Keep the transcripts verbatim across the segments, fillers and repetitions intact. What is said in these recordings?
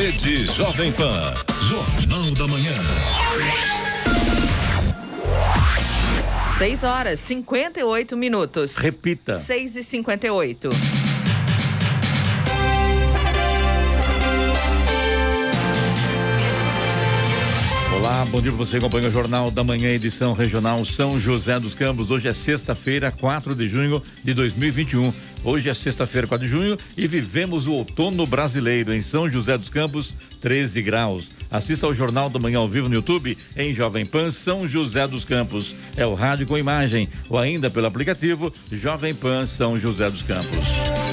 Rede Jovem Pan, Jornal da Manhã. seis horas, cinquenta e oito minutos. Repita. seis e cinquenta e oito. Olá, bom dia para você que acompanha o Jornal da Manhã, edição regional São José dos Campos. Hoje é sexta-feira, quatro de junho de dois mil e vinte e um. Hoje é sexta-feira, quatro de junho, e vivemos o outono brasileiro em São José dos Campos, treze graus. Assista ao Jornal da Manhã ao vivo no YouTube, em Jovem Pan São José dos Campos. É o rádio com imagem, ou ainda pelo aplicativo Jovem Pan São José dos Campos.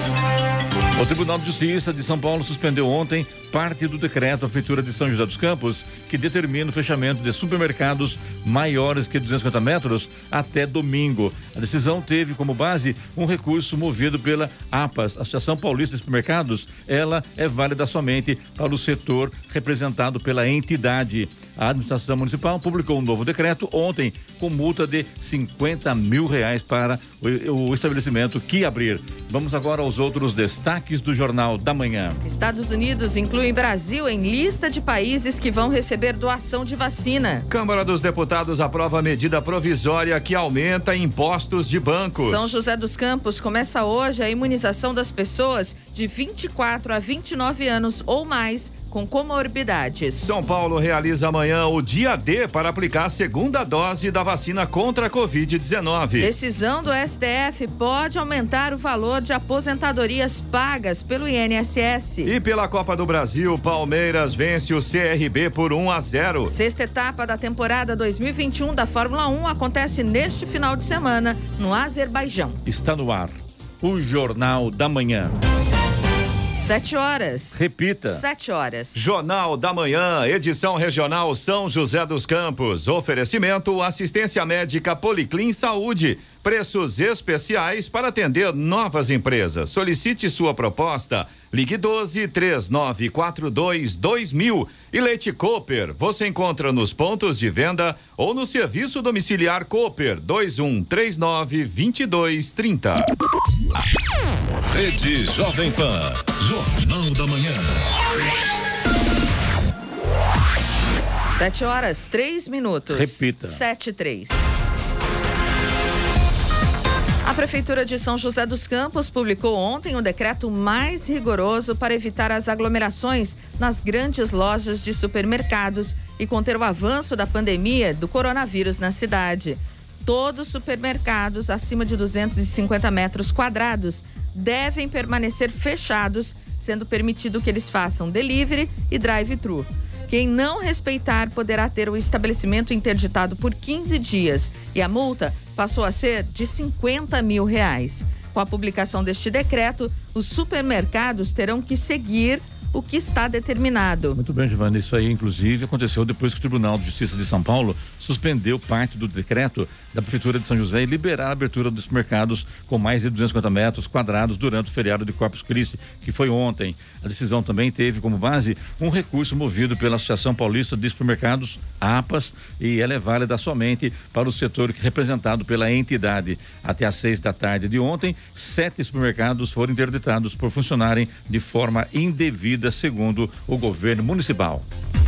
O Tribunal de Justiça de São Paulo suspendeu ontem parte do decreto da Prefeitura de São José dos Campos, que determina o fechamento de supermercados maiores que duzentos e cinquenta metros até domingo. A decisão teve como base um recurso movido pela APAS, Associação Paulista de Supermercados. Ela é válida somente para o setor representado pela entidade. A administração municipal publicou um novo decreto ontem com multa de cinquenta mil reais para o, o estabelecimento que abrir. Vamos agora aos outros destaques do Jornal da Manhã. Estados Unidos incluem Brasil em lista de países que vão receber doação de vacina. Câmara dos Deputados aprova medida provisória que aumenta impostos de bancos. São José dos Campos começa hoje a imunização das pessoas de vinte e quatro a vinte e nove anos ou mais com comorbidades. São Paulo realiza amanhã o dia D para aplicar a segunda dose da vacina contra a covid dezenove. Decisão do S T F pode aumentar o valor de aposentadorias pagas pelo I N S S. E pela Copa do Brasil, Palmeiras vence o C R B por um a zero. Sexta etapa da temporada dois mil e vinte e um da Fórmula um acontece neste final de semana no Azerbaijão. Está no ar o Jornal da Manhã. Sete horas. Repita. Sete horas. Jornal da Manhã, edição regional São José dos Campos. Oferecimento assistência médica Policlin Saúde. Preços especiais para atender novas empresas. Solicite sua proposta. Ligue doze, três nove quatro dois, dois mil. E Leite Cooper, você encontra nos pontos de venda ou no serviço domiciliar Cooper, dois um três nove, dois dois três zero. Rede Jovem Pan, Jornal da Manhã. Sete horas, três minutos. Repita. Sete, três. A Prefeitura de São José dos Campos publicou ontem um decreto mais rigoroso para evitar as aglomerações nas grandes lojas de supermercados e conter o avanço da pandemia do coronavírus na cidade. Todos os supermercados acima de duzentos e cinquenta metros quadrados devem permanecer fechados, sendo permitido que eles façam delivery e drive-thru. Quem não respeitar poderá ter o estabelecimento interditado por quinze dias e a multa passou a ser de cinquenta mil reais. Com a publicação deste decreto, os supermercados terão que seguir o que está determinado. Muito bem, Giovanni, isso aí inclusive aconteceu depois que o Tribunal de Justiça de São Paulo suspendeu parte do decreto da Prefeitura de São José e liberar a abertura dos supermercados com mais de duzentos e cinquenta metros quadrados durante o feriado de Corpus Christi, que foi ontem. A decisão também teve como base um recurso movido pela Associação Paulista de Supermercados, APAS, e ela é válida somente para o setor representado pela entidade. Até às seis da tarde de ontem, sete supermercados foram interditados por funcionarem de forma indevida, segundo o governo municipal.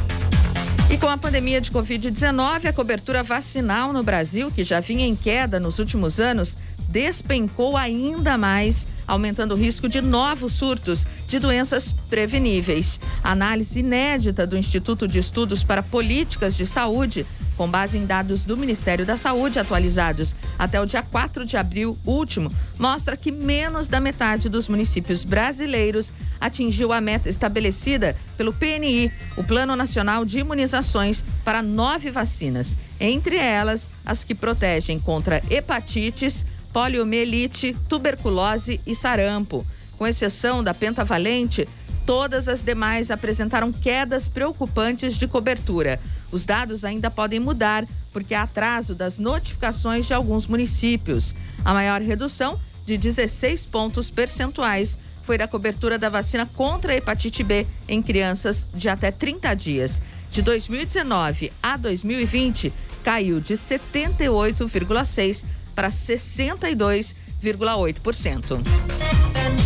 E com a pandemia de covid dezenove, a cobertura vacinal no Brasil, que já vinha em queda nos últimos anos, despencou ainda mais, aumentando o risco de novos surtos de doenças preveníveis. A análise inédita do Instituto de Estudos para Políticas de Saúde, com base em dados do Ministério da Saúde atualizados até o dia quatro de abril último, mostra que menos da metade dos municípios brasileiros atingiu a meta estabelecida pelo P N I, o Plano Nacional de Imunizações, para nove vacinas, entre elas as que protegem contra hepatites, poliomielite, tuberculose e sarampo. Com exceção da pentavalente, todas as demais apresentaram quedas preocupantes de cobertura. Os dados ainda podem mudar, porque há atraso das notificações de alguns municípios. A maior redução, de dezesseis pontos percentuais, foi da cobertura da vacina contra a hepatite B em crianças de até trinta dias. De dois mil e dezenove a dois mil e vinte, caiu de setenta e oito vírgula seis por cento para sessenta e dois vírgula oito por cento.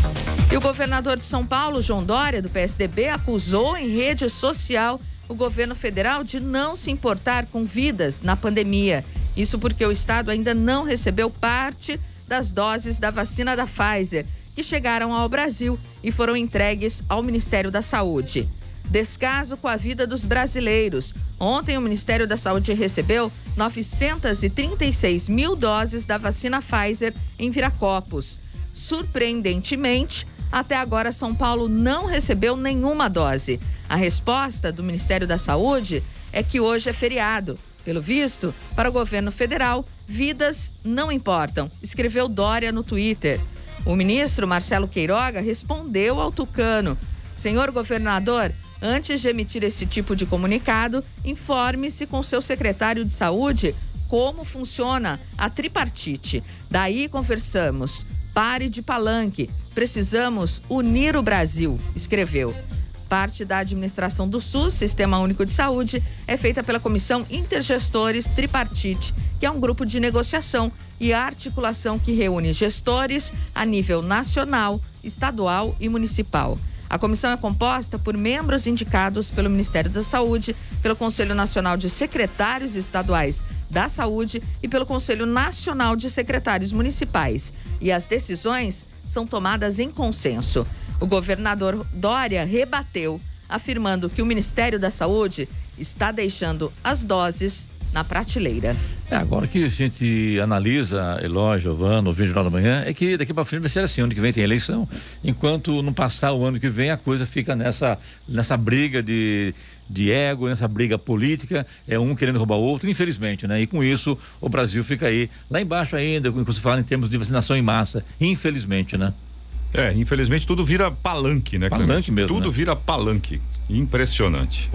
E o governador de São Paulo, João Dória, do P S D B, acusou em rede social o governo federal de não se importar com vidas na pandemia. Isso porque o estado ainda não recebeu parte das doses da vacina da Pfizer, que chegaram ao Brasil e foram entregues ao Ministério da Saúde. Descaso com a vida dos brasileiros. Ontem o Ministério da Saúde recebeu novecentas e trinta e seis mil doses da vacina Pfizer em Viracopos. Surpreendentemente, até agora São Paulo não recebeu nenhuma dose. A resposta do Ministério da Saúde é que hoje é feriado. Pelo visto, para o governo federal, vidas não importam, escreveu Dória no Twitter. O ministro Marcelo Queiroga respondeu ao tucano: senhor governador, antes de emitir esse tipo de comunicado, informe-se com seu secretário de saúde como funciona a tripartite. Daí conversamos. Pare de palanque. Precisamos unir o Brasil, escreveu. Parte da administração do SUS, Sistema Único de Saúde, é feita pela Comissão Intergestores Tripartite, que é um grupo de negociação e articulação que reúne gestores a nível nacional, estadual e municipal. A comissão é composta por membros indicados pelo Ministério da Saúde, pelo Conselho Nacional de Secretários Estaduais da Saúde e pelo Conselho Nacional de Secretários Municipais. E as decisões são tomadas em consenso. O governador Dória rebateu, afirmando que o Ministério da Saúde está deixando as doses na prateleira. É, agora que a gente analisa, Eloy, Giovana, o vídeo da manhã, é que daqui para frente vai ser assim, ano que vem tem eleição, enquanto não passar o ano que vem, a coisa fica nessa, nessa briga de, de ego, nessa briga política, é um querendo roubar o outro, infelizmente, né? E com isso, o Brasil fica aí, lá embaixo ainda, quando se fala em termos de vacinação em massa, infelizmente, né? É, infelizmente tudo vira palanque, né, Clemente? Palanque mesmo, Tudo né? vira palanque. Impressionante.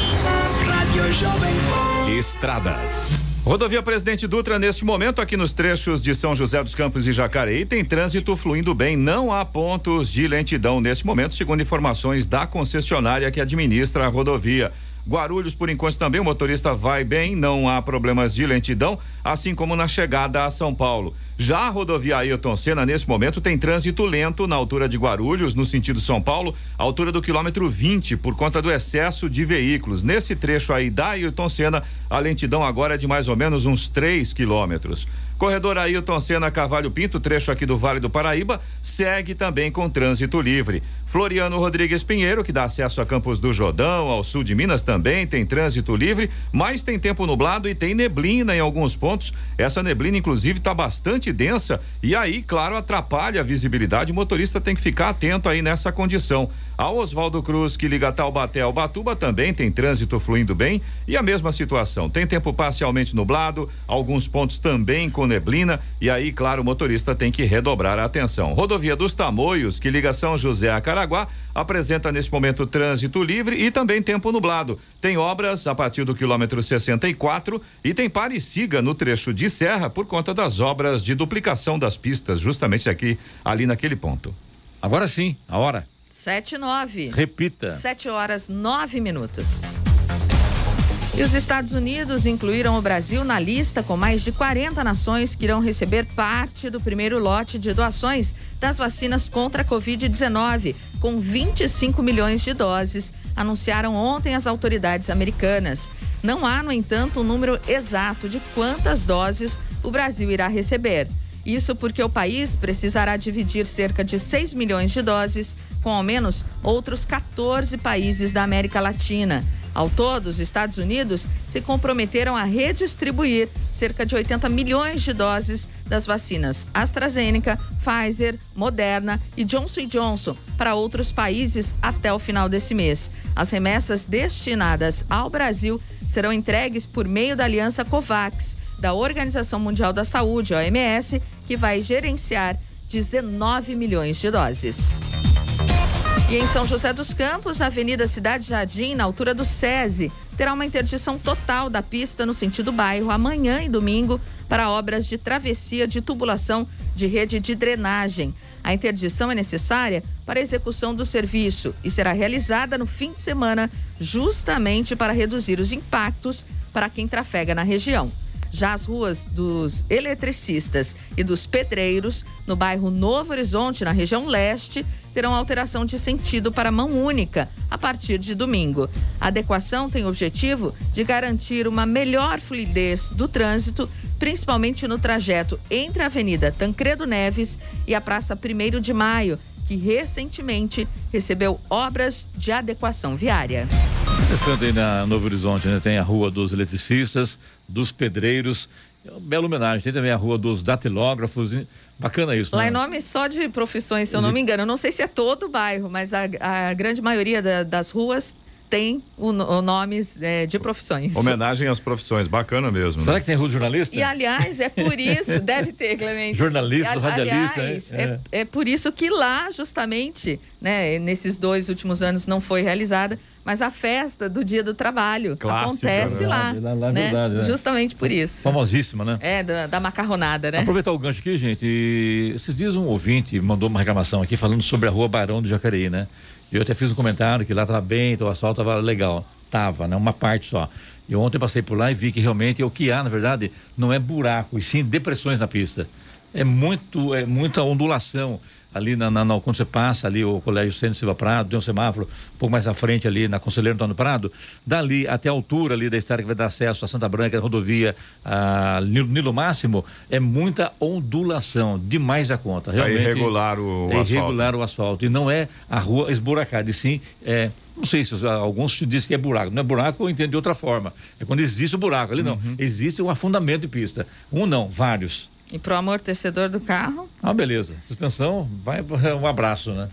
Estradas. Rodovia Presidente Dutra, neste momento, aqui nos trechos de São José dos Campos e Jacareí, tem trânsito fluindo bem. Não há pontos de lentidão neste momento, segundo informações da concessionária que administra a rodovia. Guarulhos, por enquanto, também o motorista vai bem, não há problemas de lentidão, assim como na chegada a São Paulo. Já a rodovia Ailton Senna, nesse momento, tem trânsito lento na altura de Guarulhos, no sentido São Paulo, altura do quilômetro vinte, por conta do excesso de veículos. Nesse trecho aí da Ailton Senna, a lentidão agora é de mais ou menos uns três quilômetros. Corredor Ailton Senna Carvalho Pinto, trecho aqui do Vale do Paraíba, segue também com trânsito livre. Floriano Rodrigues Pinheiro, que dá acesso a Campos do Jordão, ao sul de Minas, também tem trânsito livre, mas tem tempo nublado e tem neblina em alguns pontos. Essa neblina, inclusive, está bastante densa e aí, claro, atrapalha a visibilidade. O motorista tem que ficar atento aí nessa condição. A Oswaldo Cruz, que liga Taubaté ao Batuba, também tem trânsito fluindo bem e a mesma situação. Tem tempo parcialmente nublado, alguns pontos também com neblina e aí, claro, o motorista tem que redobrar a atenção. Rodovia dos Tamoios, que liga São José a Caraguá, apresenta nesse momento trânsito livre e também tempo nublado. Tem obras a partir do quilômetro sessenta e quatro e tem pare e siga no trecho de serra por conta das obras de duplicação das pistas, justamente aqui, ali naquele ponto. Agora sim, a hora. Sete e nove. Repita. Sete horas, nove minutos. E os Estados Unidos incluíram o Brasil na lista com mais de quarenta nações que irão receber parte do primeiro lote de doações das vacinas contra a covid dezenove, com vinte e cinco milhões de doses, anunciaram ontem as autoridades americanas. Não há, no entanto, um número exato de quantas doses o Brasil irá receber. Isso porque o país precisará dividir cerca de seis milhões de doses com ao menos outros quatorze países da América Latina. Ao todo, os Estados Unidos se comprometeram a redistribuir cerca de oitenta milhões de doses das vacinas AstraZeneca, Pfizer, Moderna e Johnson e Johnson para outros países até o final desse mês. As remessas destinadas ao Brasil serão entregues por meio da aliança COVAX, da Organização Mundial da Saúde, O M S, que vai gerenciar dezenove milhões de doses. E em São José dos Campos, a Avenida Cidade Jardim, na altura do SESI, terá uma interdição total da pista no sentido bairro amanhã e domingo para obras de travessia de tubulação de rede de drenagem. A interdição é necessária para a execução do serviço e será realizada no fim de semana, justamente para reduzir os impactos para quem trafega na região. Já as ruas dos eletricistas e dos pedreiros, no bairro Novo Horizonte, na região leste, terão alteração de sentido para mão única a partir de domingo. A adequação tem o objetivo de garantir uma melhor fluidez do trânsito, principalmente no trajeto entre a Avenida Tancredo Neves e a Praça primeiro de Maio, que recentemente recebeu obras de adequação viária. Interessante aí na Novo Horizonte, né? Tem a Rua dos Eletricistas, dos Pedreiros, é uma bela homenagem. Tem também a Rua dos Datilógrafos, bacana isso. Lá né? é nome só de profissões, se eu não me engano. Eu não sei se é todo o bairro, mas a, a grande maioria da, das ruas tem o, o nomes é, de profissões. Homenagem às profissões, bacana mesmo. Será né? que tem rua de jornalista? E aliás, é por isso, deve ter, Clemente. Jornalista, e, radialista. Aliás, é, é, é por isso que lá, justamente, né, nesses dois últimos anos não foi realizada, mas a festa do Dia do Trabalho Clássica, acontece né? lá, Lá, lá é né? verdade, né? Justamente por isso. Famosíssima, né? É, da, da macarronada, né? Aproveitar o gancho aqui, gente. E esses dias um ouvinte mandou uma reclamação aqui falando sobre a Rua Barão do Jacareí, né? Eu até fiz um comentário que lá estava bem, então o asfalto estava legal. Tava, né? Uma parte só. E ontem eu passei por lá e vi que realmente o que há, na verdade, não é buraco, e sim depressões na pista. É muito, é muita ondulação ali na, na, na, quando você passa ali o Colégio Cênio Silva Prado, tem um semáforo um pouco mais à frente ali na Conselheiro Antônio Prado, dali até a altura ali da estrada que vai dar acesso a Santa Branca, a rodovia a Nilo, Nilo Máximo, é muita ondulação, demais da conta. Realmente, é irregular o, o é asfalto. irregular o asfalto. E não é a rua esburacada, e sim, é, não sei se alguns dizem que é buraco. Não é buraco, eu entendo de outra forma. É quando existe o buraco. Ali não. Uhum. Existe um afundamento de pista. Um não, vários. E pro amortecedor do carro? Ah, beleza. Suspensão, vai um abraço, né?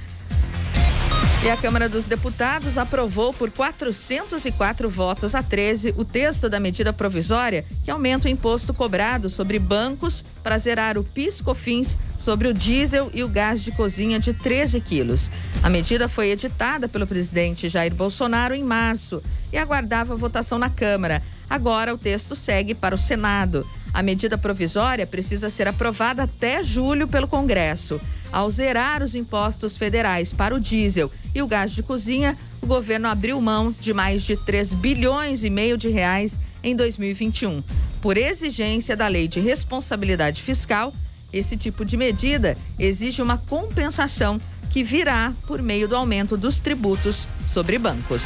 E a Câmara dos Deputados aprovou por quatrocentos e quatro votos a treze o texto da medida provisória que aumenta o imposto cobrado sobre bancos para zerar o PIS/COFINS sobre o diesel e o gás de cozinha de treze quilos. A medida foi editada pelo presidente Jair Bolsonaro em março e aguardava votação na Câmara. Agora o texto segue para o Senado. A medida provisória precisa ser aprovada até julho pelo Congresso. Ao zerar os impostos federais para o diesel e o gás de cozinha, o governo abriu mão de mais de três bilhões e meio de reais em dois mil e vinte e um. Por exigência da Lei de Responsabilidade Fiscal, esse tipo de medida exige uma compensação que virá por meio do aumento dos tributos sobre bancos.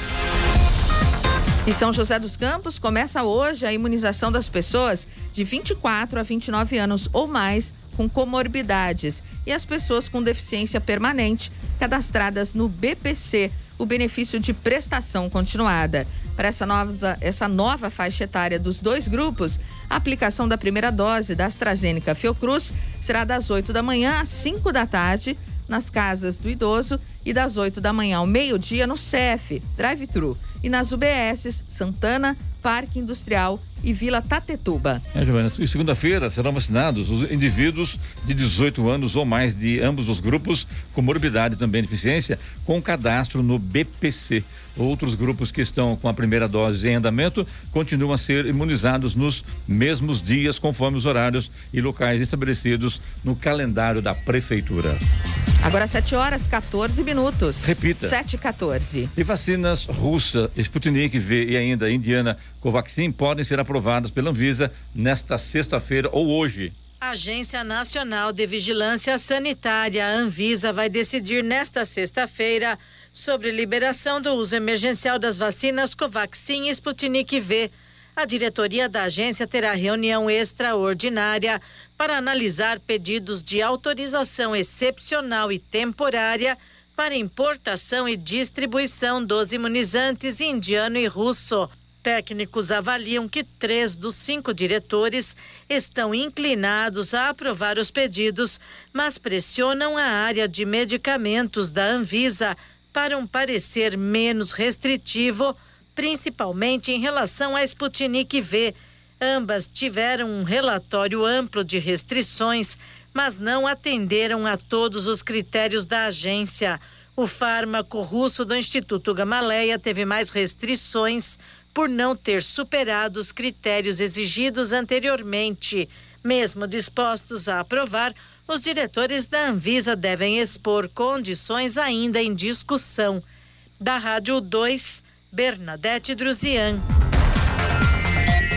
Em São José dos Campos, começa hoje a imunização das pessoas de vinte e quatro a vinte e nove anos ou mais com comorbidades e as pessoas com deficiência permanente cadastradas no B P C, o benefício de prestação continuada. Para essa nova, essa nova faixa etária dos dois grupos, a aplicação da primeira dose da AstraZeneca Fiocruz será das oito da manhã às cinco da tarde nas casas do idoso e das oito da manhã ao meio-dia no C E F, drive-thru, e nas U B Ss Santana, Parque Industrial e Vila Tatetuba. É, Giovana, e segunda-feira serão vacinados os indivíduos de dezoito anos ou mais de ambos os grupos, com morbidade e também deficiência, com cadastro no B P C. Outros grupos que estão com a primeira dose em andamento continuam a ser imunizados nos mesmos dias, conforme os horários e locais estabelecidos no calendário da Prefeitura. Agora sete horas, quatorze minutos. Repita. sete e quatorze. E vacinas russa, Sputnik V e ainda indiana Covaxin podem ser aprovadas pela Anvisa nesta sexta-feira ou hoje. A Agência Nacional de Vigilância Sanitária, a Anvisa, vai decidir nesta sexta-feira sobre liberação do uso emergencial das vacinas Covaxin e Sputnik V. A diretoria da agência terá reunião extraordinária para analisar pedidos de autorização excepcional e temporária para importação e distribuição dos imunizantes indiano e russo. Técnicos avaliam que três dos cinco diretores estão inclinados a aprovar os pedidos, mas pressionam a área de medicamentos da Anvisa para um parecer menos restritivo, principalmente em relação à Sputnik V. Ambas tiveram um relatório amplo de restrições, mas não atenderam a todos os critérios da agência. O fármaco russo do Instituto Gamaleya teve mais restrições por não ter superado os critérios exigidos anteriormente. Mesmo dispostos a aprovar, os diretores da Anvisa devem expor condições ainda em discussão. Da Rádio dois, Bernadette Druzian.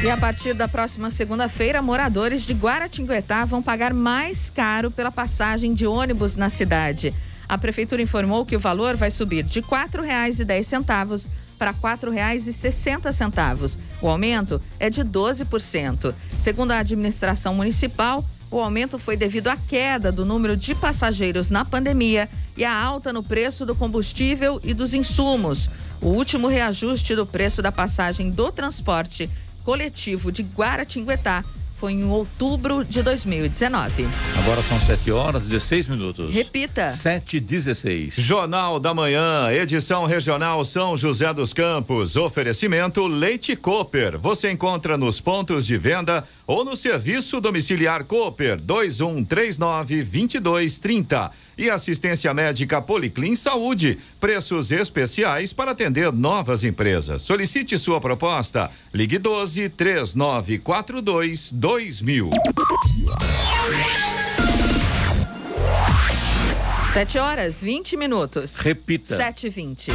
E a partir da próxima segunda-feira, moradores de Guaratinguetá vão pagar mais caro pela passagem de ônibus na cidade. A prefeitura informou que o valor vai subir de quatro reais e dez centavos para quatro reais e sessenta centavos. O aumento é de doze por cento. Segundo a administração municipal, o aumento foi devido à queda do número de passageiros na pandemia e à alta no preço do combustível e dos insumos. O último reajuste do preço da passagem do transporte coletivo de Guaratinguetá foi em outubro de dois mil e dezenove. Agora são sete horas e dezesseis minutos. Repita. sete e dezesseis. Jornal da Manhã, edição regional São José dos Campos. Oferecimento Leite Cooper. Você encontra nos pontos de venda ou no serviço domiciliar Cooper dois um três nove, dois dois três zero. E assistência médica Policlin Saúde. Preços especiais para atender novas empresas. Solicite sua proposta. Ligue doze, três nove quatro dois, dois mil. sete horas, vinte minutos. Repita. sete e vinte.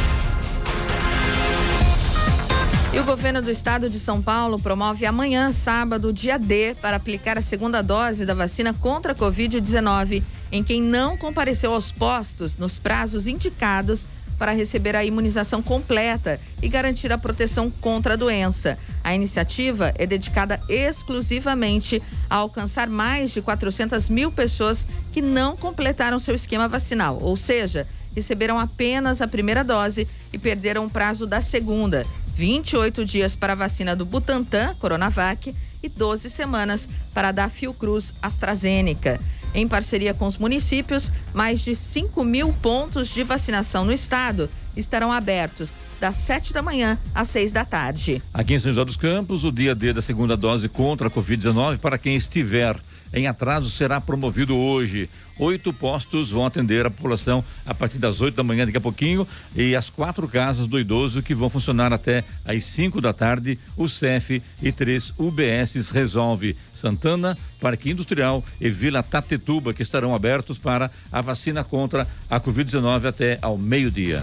E o governo do estado de São Paulo promove amanhã, sábado, dia D, para aplicar a segunda dose da vacina contra a covid dezenove em quem não compareceu aos postos nos prazos indicados para receber a imunização completa e garantir a proteção contra a doença. A iniciativa é dedicada exclusivamente a alcançar mais de quatrocentas mil pessoas que não completaram seu esquema vacinal, ou seja, receberam apenas a primeira dose e perderam o prazo da segunda. vinte e oito dias para a vacina do Butantan, Coronavac, e doze semanas para a da Fiocruz AstraZeneca. Em parceria com os municípios, mais de cinco mil pontos de vacinação no estado estarão abertos das sete da manhã às seis da tarde. Aqui em São José dos Campos, o dia D da segunda dose contra a covid dezenove para quem estiver em atraso será promovido hoje. Oito postos vão atender a população a partir das oito da manhã, daqui a pouquinho, e as quatro casas do idoso que vão funcionar até às cinco da tarde, o C E F e três U B S Resolve Santana, Parque Industrial e Vila Tatetuba, que estarão abertos para a vacina contra a covid dezenove até ao meio-dia.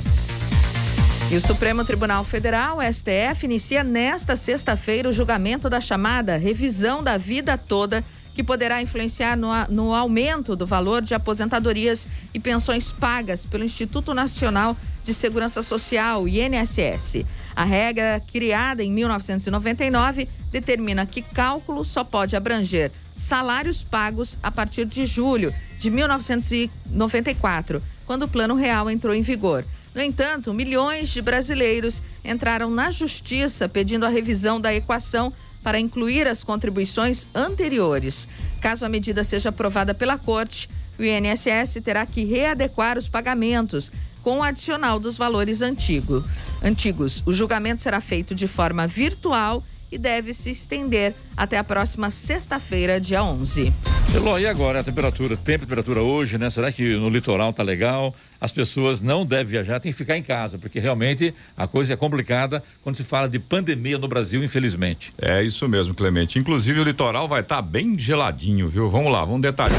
E o Supremo Tribunal Federal, S T F, inicia nesta sexta-feira o julgamento da chamada revisão da vida toda, que poderá influenciar no, no aumento do valor de aposentadorias e pensões pagas pelo Instituto Nacional de Segurança Social, I N S S. A regra, criada em mil novecentos e noventa e nove, determina que cálculo só pode abranger salários pagos a partir de julho de mil novecentos e noventa e quatro, quando o Plano Real entrou em vigor. No entanto, milhões de brasileiros entraram na justiça pedindo a revisão da equação para incluir as contribuições anteriores. Caso a medida seja aprovada pela Corte, o I N S S terá que readequar os pagamentos com o adicional dos valores antigo, antigos. O julgamento será feito de forma virtual e deve se estender até a próxima sexta-feira, dia onze. Elô, e agora a temperatura? Tem temperatura hoje, né? Será que no litoral tá legal? As pessoas não devem viajar, tem que ficar em casa, porque realmente a coisa é complicada quando se fala de pandemia no Brasil, infelizmente. É isso mesmo, Clemente. Inclusive o litoral vai estar tá bem geladinho, viu? Vamos lá, vamos detalhar.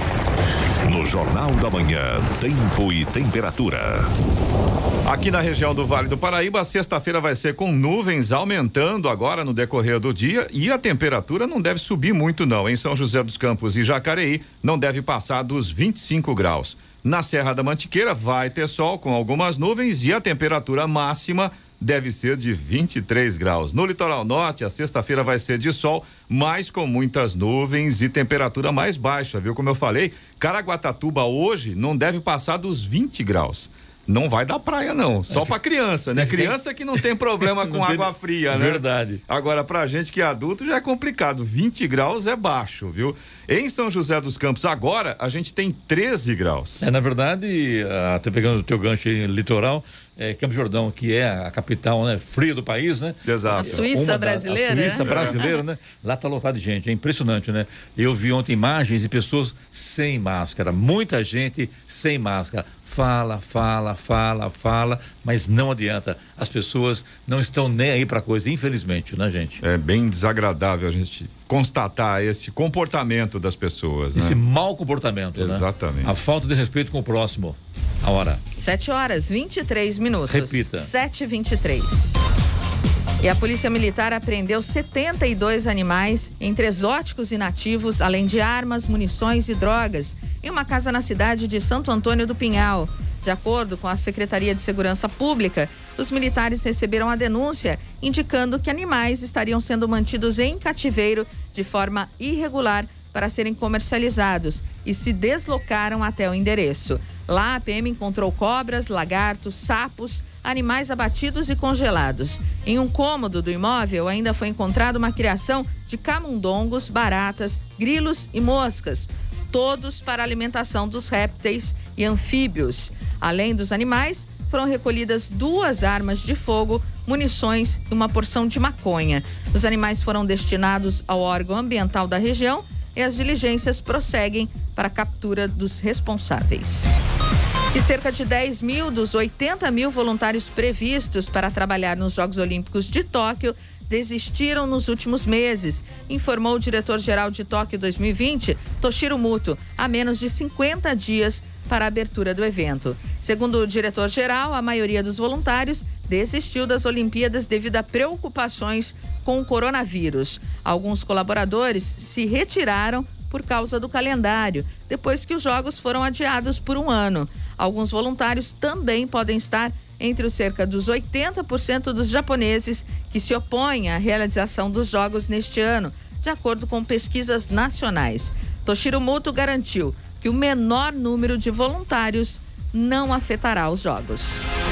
No Jornal da Manhã, tempo e temperatura. Aqui na região do Vale do Paraíba, a sexta-feira vai ser com nuvens aumentando agora no decorrer do dia e a temperatura não deve subir muito não. Em São José dos Campos e Jacareí não deve passar dos vinte e cinco graus. Na Serra da Mantiqueira vai ter sol com algumas nuvens e a temperatura máxima deve ser de vinte e três graus. No litoral norte, a sexta-feira vai ser de sol, mas com muitas nuvens e temperatura mais baixa, viu? Como eu falei, Caraguatatuba hoje não deve passar dos vinte graus. Não vai dar praia não, só pra criança, né? Criança que não tem problema com água fria, né? Verdade. Agora pra gente que é adulto já é complicado, vinte graus é baixo, viu? Em São José dos Campos agora a gente tem treze graus. É, na verdade, até pegando o teu gancho aí, litoral, é, Campos do Jordão, que é a capital, né, fria do país, né? Exato. A Suíça brasileira, né? A Suíça né? brasileira, né? Lá tá lotado de gente, é impressionante, né? Eu vi ontem imagens de pessoas sem máscara, muita gente sem máscara. Fala, fala, fala, fala, mas não adianta. As pessoas não estão nem aí pra coisa, infelizmente, né, gente? É bem desagradável a gente constatar esse comportamento das pessoas, Esse né? mau comportamento, Exatamente. né? A falta de respeito com o próximo. A hora. sete horas, vinte e três minutos. Repita. sete e vinte e três. E a Polícia Militar apreendeu setenta e dois animais, entre exóticos e nativos, além de armas, munições e drogas, em uma casa na cidade de Santo Antônio do Pinhal. De acordo com a Secretaria de Segurança Pública, os militares receberam a denúncia indicando que animais estariam sendo mantidos em cativeiro de forma irregular para serem comercializados e se deslocaram até o endereço. Lá, a P M encontrou cobras, lagartos, sapos, animais abatidos e congelados. Em um cômodo do imóvel ainda foi encontrada uma criação de camundongos, baratas, grilos e moscas, todos para alimentação dos répteis e anfíbios. Além dos animais, foram recolhidas duas armas de fogo, munições e uma porção de maconha. Os animais foram destinados ao órgão ambiental da região e as diligências prosseguem para a captura dos responsáveis. E cerca de dez mil dos oitenta mil voluntários previstos para trabalhar nos Jogos Olímpicos de Tóquio desistiram nos últimos meses, informou o diretor-geral de Tóquio dois mil e vinte, Toshiro Muto, a menos de cinquenta dias para a abertura do evento. Segundo o diretor-geral, a maioria dos voluntários desistiu das Olimpíadas devido a preocupações com o coronavírus. Alguns colaboradores se retiraram por causa do calendário, depois que os Jogos foram adiados por um ano. Alguns voluntários também podem estar entre os cerca dos oitenta por cento dos japoneses que se opõem à realização dos Jogos neste ano, de acordo com pesquisas nacionais. Toshiro Muto garantiu que o menor número de voluntários não afetará os Jogos.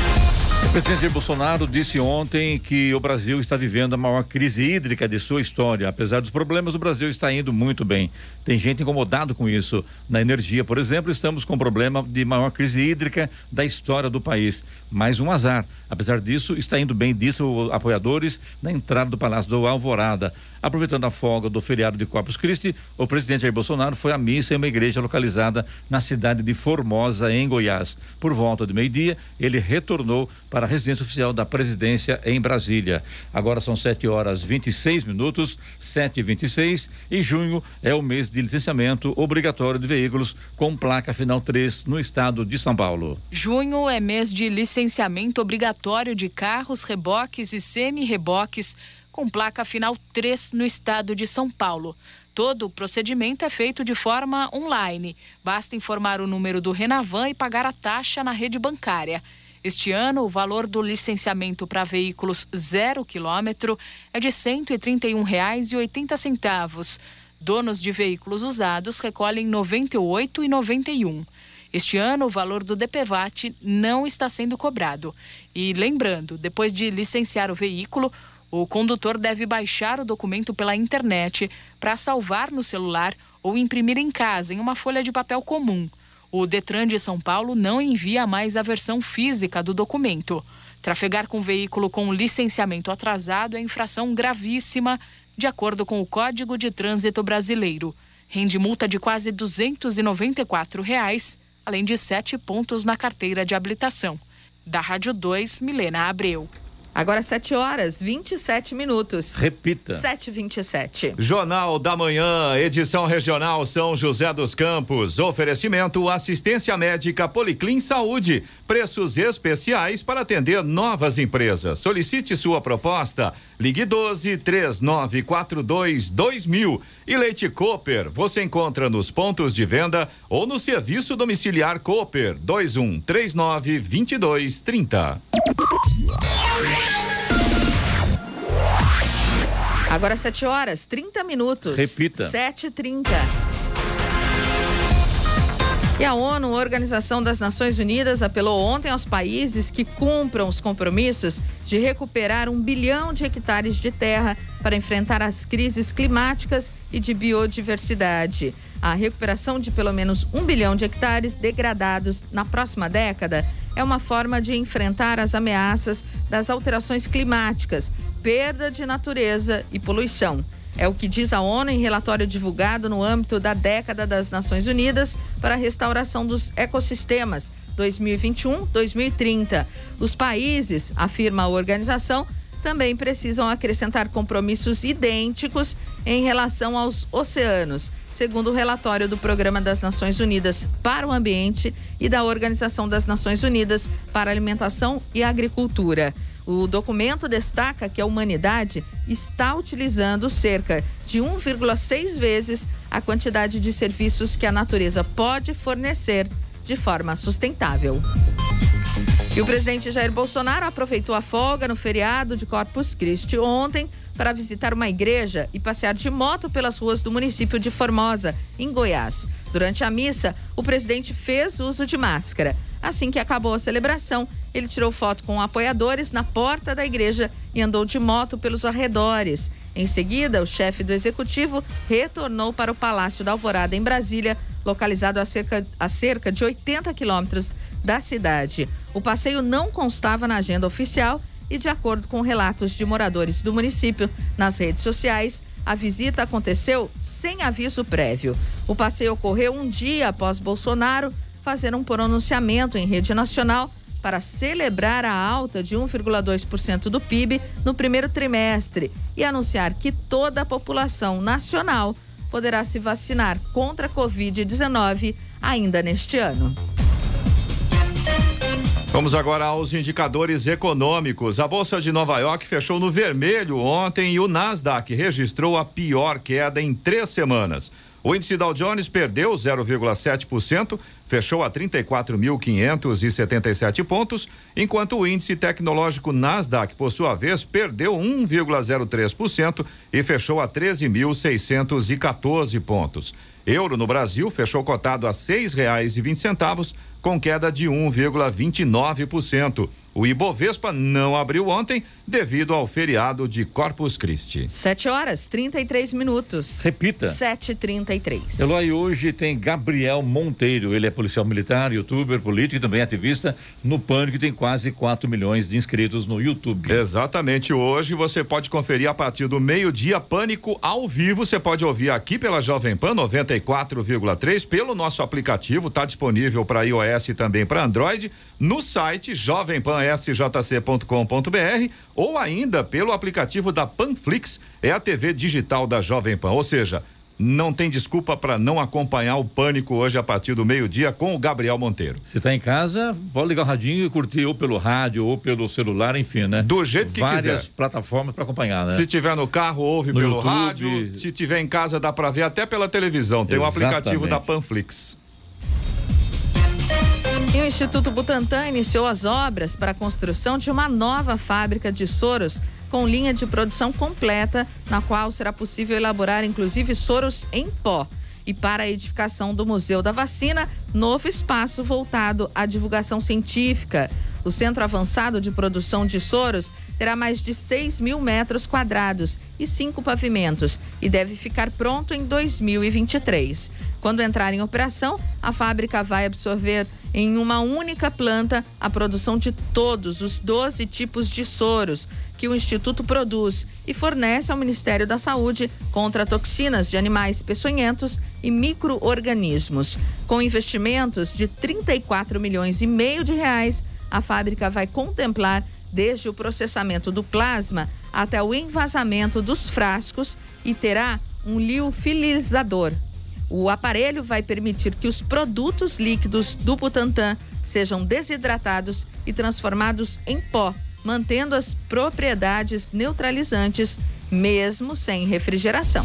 O presidente Jair Bolsonaro disse ontem que o Brasil está vivendo a maior crise hídrica de sua história. Apesar dos problemas, o Brasil está indo muito bem. Tem gente incomodado com isso. Na energia, por exemplo, estamos com o problema de maior crise hídrica da história do país. Mais um azar. Apesar disso, está indo bem, disso apoiadores na entrada do Palácio do Alvorada. Aproveitando a folga do feriado de Corpus Christi, o presidente Jair Bolsonaro foi à missa em uma igreja localizada na cidade de Formosa, em Goiás. Por volta de meio-dia, ele retornou para a residência oficial da presidência em Brasília. Agora são sete horas e vinte e seis minutos, sete e vinte e seis, e junho é o mês de licenciamento obrigatório de veículos com placa final três no estado de São Paulo. Junho é mês de licenciamento obrigatório de carros, reboques e semi-reboques com placa final três no estado de São Paulo. Todo o procedimento é feito de forma online. Basta informar o número do Renavan e pagar a taxa na rede bancária. Este ano, o valor do licenciamento para veículos zero quilômetro é de cento e trinta e um reais e oitenta centavos. Donos de veículos usados recolhem noventa e oito reais e noventa e um centavos. Este ano, o valor do D P V A T não está sendo cobrado. E lembrando, depois de licenciar o veículo, o condutor deve baixar o documento pela internet para salvar no celular ou imprimir em casa em uma folha de papel comum. O Detran de São Paulo não envia mais a versão física do documento. Trafegar com veículo com licenciamento atrasado é infração gravíssima, de acordo com o Código de Trânsito Brasileiro. Rende multa de quase duzentos e noventa e quatro reais, além de sete pontos na carteira de habilitação. Da Rádio dois, Milena Abreu. Agora sete horas, vinte e sete minutos. Repita. sete e vinte e sete. Jornal da Manhã, edição regional São José dos Campos. Oferecimento assistência médica Policlin Saúde. Preços especiais para atender novas empresas. Solicite sua proposta. Ligue doze, três nove quatro dois, dois mil. E Leite Cooper, você encontra nos pontos de venda ou no serviço domiciliar Cooper, dois um três nove, dois dois três zero. Agora sete horas, trinta minutos. Repita. sete e trinta. E a ONU, Organização das Nações Unidas, apelou ontem aos países que cumpram os compromissos de recuperar um bilhão de hectares de terra para enfrentar as crises climáticas e de biodiversidade. A recuperação de pelo menos um bilhão de hectares degradados na próxima década é uma forma de enfrentar as ameaças das alterações climáticas, perda de natureza e poluição. É o que diz a ONU em relatório divulgado no âmbito da década das Nações Unidas para a restauração dos ecossistemas dois mil e vinte e um a dois mil e trinta. Os países, afirma a organização, também precisam acrescentar compromissos idênticos em relação aos oceanos, segundo o relatório do Programa das Nações Unidas para o Ambiente e da Organização das Nações Unidas para a Alimentação e Agricultura. O documento destaca que a humanidade está utilizando cerca de um vírgula seis vezes a quantidade de serviços que a natureza pode fornecer de forma sustentável. E o presidente Jair Bolsonaro aproveitou a folga no feriado de Corpus Christi ontem para visitar uma igreja e passear de moto pelas ruas do município de Formosa, em Goiás. Durante a missa, o presidente fez uso de máscara. Assim que acabou a celebração, ele tirou foto com apoiadores na porta da igreja e andou de moto pelos arredores. Em seguida, o chefe do executivo retornou para o Palácio da Alvorada, em Brasília, localizado a cerca, a cerca de oitenta quilômetros da cidade. O passeio não constava na agenda oficial e, de acordo com relatos de moradores do município nas redes sociais, a visita aconteceu sem aviso prévio. O passeio ocorreu um dia após Bolsonaro fazer um pronunciamento em rede nacional para celebrar a alta de um vírgula dois por cento do P I B no primeiro trimestre e anunciar que toda a população nacional poderá se vacinar contra a covid dezenove ainda neste ano. Vamos agora aos indicadores econômicos. A Bolsa de Nova York fechou no vermelho ontem e o Nasdaq registrou a pior queda em três semanas. O índice Dow Jones perdeu zero vírgula sete por cento, fechou a trinta e quatro mil quinhentos e setenta e sete pontos, enquanto o índice tecnológico Nasdaq, por sua vez, perdeu um vírgula zero três por cento e fechou a treze mil seiscentos e quatorze pontos. Euro no Brasil fechou cotado a seis reais e vinte centavos, com queda de um vírgula vinte e nove por cento. O Ibovespa não abriu ontem devido ao feriado de Corpus Christi. sete horas, trinta e três minutos. Repita. sete e trinta e três. Eloy, hoje tem Gabriel Monteiro. Ele é policial militar, youtuber, político e também ativista no Pânico, que tem quase quatro milhões de inscritos no YouTube. Exatamente. Hoje você pode conferir a partir do meio-dia Pânico ao vivo. Você pode ouvir aqui pela Jovem Pan noventa e quatro vírgula três, pelo nosso aplicativo, está disponível para iOS e também para Android, no site jovem pan s j c ponto com ponto b r ou ainda pelo aplicativo da Panflix, é a T V digital da Jovem Pan. Ou seja, não tem desculpa para não acompanhar o Pânico hoje a partir do meio-dia com o Gabriel Monteiro. Se está em casa, pode ligar o radinho e curtir ou pelo rádio ou pelo celular, enfim, né? Do jeito que Várias quiser. Várias plataformas para acompanhar, né? Se tiver no carro, ouve no pelo YouTube. rádio. Se tiver em casa, dá para ver até pela televisão. Tem o um aplicativo da Panflix. E o Instituto Butantan iniciou as obras para a construção de uma nova fábrica de soros com linha de produção completa, na qual será possível elaborar inclusive soros em pó. E para a edificação do Museu da Vacina, novo espaço voltado à divulgação científica. O Centro Avançado de Produção de Soros terá mais de seis mil metros quadrados e cinco pavimentos e deve ficar pronto em dois mil e vinte e três. Quando entrar em operação, a fábrica vai absorver em uma única planta a produção de todos os doze tipos de soros que o Instituto produz e fornece ao Ministério da Saúde contra toxinas de animais peçonhentos e micro-organismos. Com investimentos de trinta e quatro milhões e meio de reais, a fábrica vai contemplar desde o processamento do plasma até o envasamento dos frascos e terá um liofilizador. O aparelho vai permitir que os produtos líquidos do Butantan sejam desidratados e transformados em pó, mantendo as propriedades neutralizantes, mesmo sem refrigeração.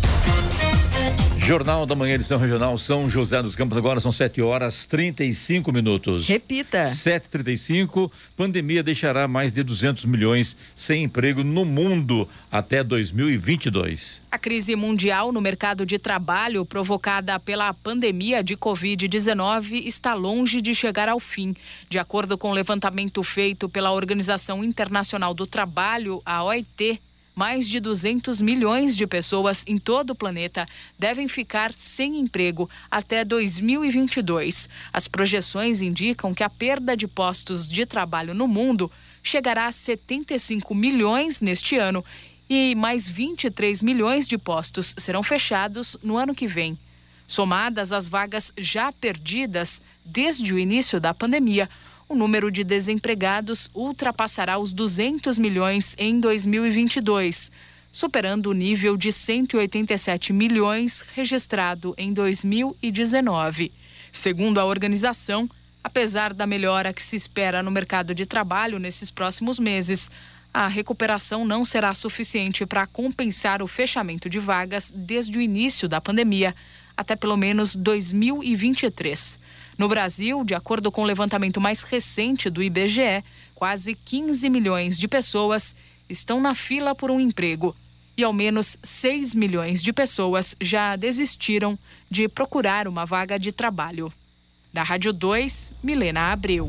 Jornal da Manhã, edição regional São José dos Campos. Agora são sete horas trinta e cinco minutos. Repita. sete e trinta e cinco. Pandemia deixará mais de duzentos milhões sem emprego no mundo até dois mil e vinte e dois. A crise mundial no mercado de trabalho provocada pela pandemia de covid dezenove está longe de chegar ao fim. De acordo com o levantamento feito pela Organização Internacional do Trabalho, a O I T, mais de duzentos milhões de pessoas em todo o planeta devem ficar sem emprego até dois mil e vinte e dois. As projeções indicam que a perda de postos de trabalho no mundo chegará a setenta e cinco milhões neste ano e mais vinte e três milhões de postos serão fechados no ano que vem. Somadas as vagas já perdidas desde o início da pandemia, o número de desempregados ultrapassará os duzentos milhões em dois mil e vinte e dois, superando o nível de cento e oitenta e sete milhões registrado em dois mil e dezenove. Segundo a organização, Apesar da melhora que se espera no mercado de trabalho nesses próximos meses, a recuperação não será suficiente para compensar o fechamento de vagas desde o início da pandemia, até pelo menos dois mil e vinte e três. No Brasil, de acordo com o levantamento mais recente do I B G E, quase quinze milhões de pessoas estão na fila por um emprego e ao menos seis milhões de pessoas já desistiram de procurar uma vaga de trabalho. Da Rádio dois, Milena Abreu.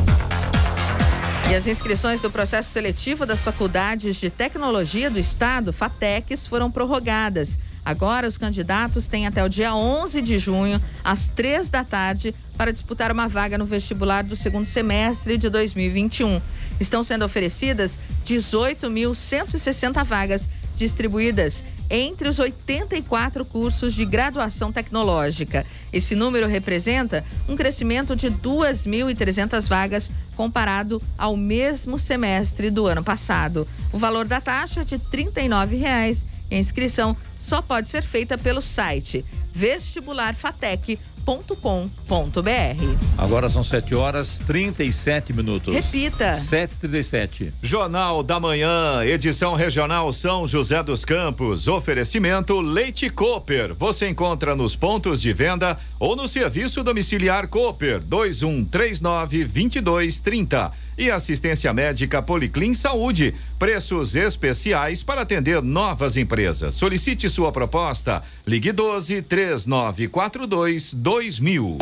E as inscrições do processo seletivo das faculdades de tecnologia do Estado, FATECs, foram prorrogadas. Agora, os candidatos têm até o dia onze de junho, às três da tarde, para disputar uma vaga no vestibular do segundo semestre de dois mil e vinte e um. Estão sendo oferecidas dezoito mil cento e sessenta vagas, distribuídas entre os oitenta e quatro cursos de graduação tecnológica. Esse número representa um crescimento de duas mil e trezentas vagas comparado ao mesmo semestre do ano passado. O valor da taxa é de trinta e nove reais e a inscrição só pode ser feita pelo site vestibular fatec ponto com ponto br. Agora são sete horas e trinta e sete minutos. Repita. sete e trinta e sete. Jornal da Manhã, edição regional São José dos Campos. Oferecimento Leite Cooper. Você encontra nos pontos de venda ou no serviço domiciliar Cooper dois um três nove, dois dois três zero. E assistência médica Policlin Saúde. Preços especiais para atender novas empresas. Solicite sua proposta. Ligue doze, três nove quatro dois, dois mil.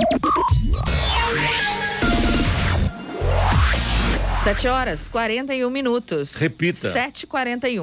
sete horas e quarenta e um minutos. Repita. sete e quarenta e um.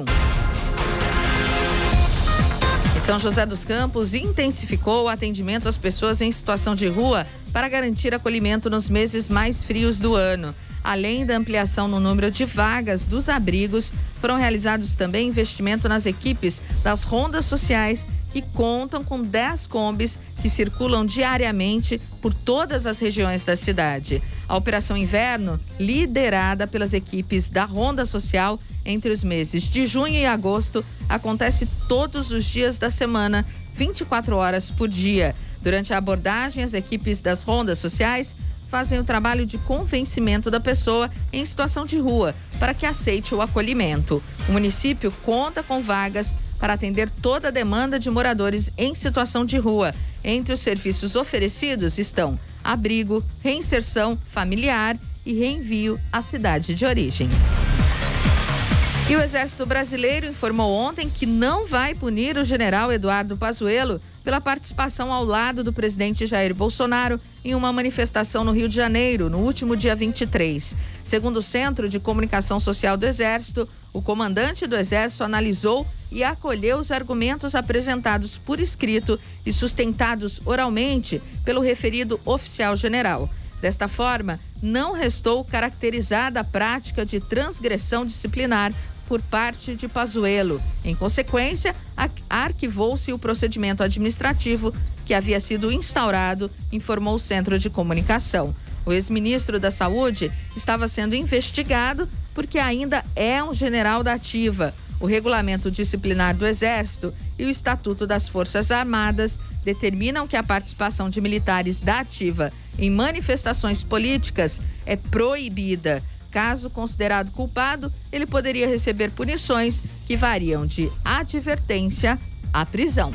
E São José dos Campos intensificou o atendimento às pessoas em situação de rua para garantir acolhimento nos meses mais frios do ano. Além da ampliação no número de vagas dos abrigos, foram realizados também investimento nas equipes das rondas sociais, que contam com dez combis que circulam diariamente por todas as regiões da cidade. A Operação Inverno, liderada pelas equipes da Ronda Social, entre os meses de junho e agosto, acontece todos os dias da semana, vinte e quatro horas por dia. Durante a abordagem, as equipes das rondas sociais fazem o trabalho de convencimento da pessoa em situação de rua para que aceite o acolhimento. O município conta com vagas para atender toda a demanda de moradores em situação de rua. Entre os serviços oferecidos estão abrigo, reinserção familiar e reenvio à cidade de origem. E o Exército Brasileiro informou ontem que não vai punir o general Eduardo Pazuello pela participação ao lado do presidente Jair Bolsonaro em uma manifestação no Rio de Janeiro, no último dia vinte e três. Segundo o Centro de Comunicação Social do Exército, o comandante do Exército analisou e acolheu os argumentos apresentados por escrito e sustentados oralmente pelo referido oficial general. Desta forma, não restou caracterizada a prática de transgressão disciplinar por parte de Pazuello. Em consequência, arquivou-se o procedimento administrativo que havia sido instaurado, informou o Centro de Comunicação. O ex-ministro da Saúde estava sendo investigado porque ainda é um general da ativa. O regulamento disciplinar do Exército e o Estatuto das Forças Armadas determinam que a participação de militares da ativa em manifestações políticas é proibida. Caso considerado culpado, ele poderia receber punições que variam de advertência à prisão.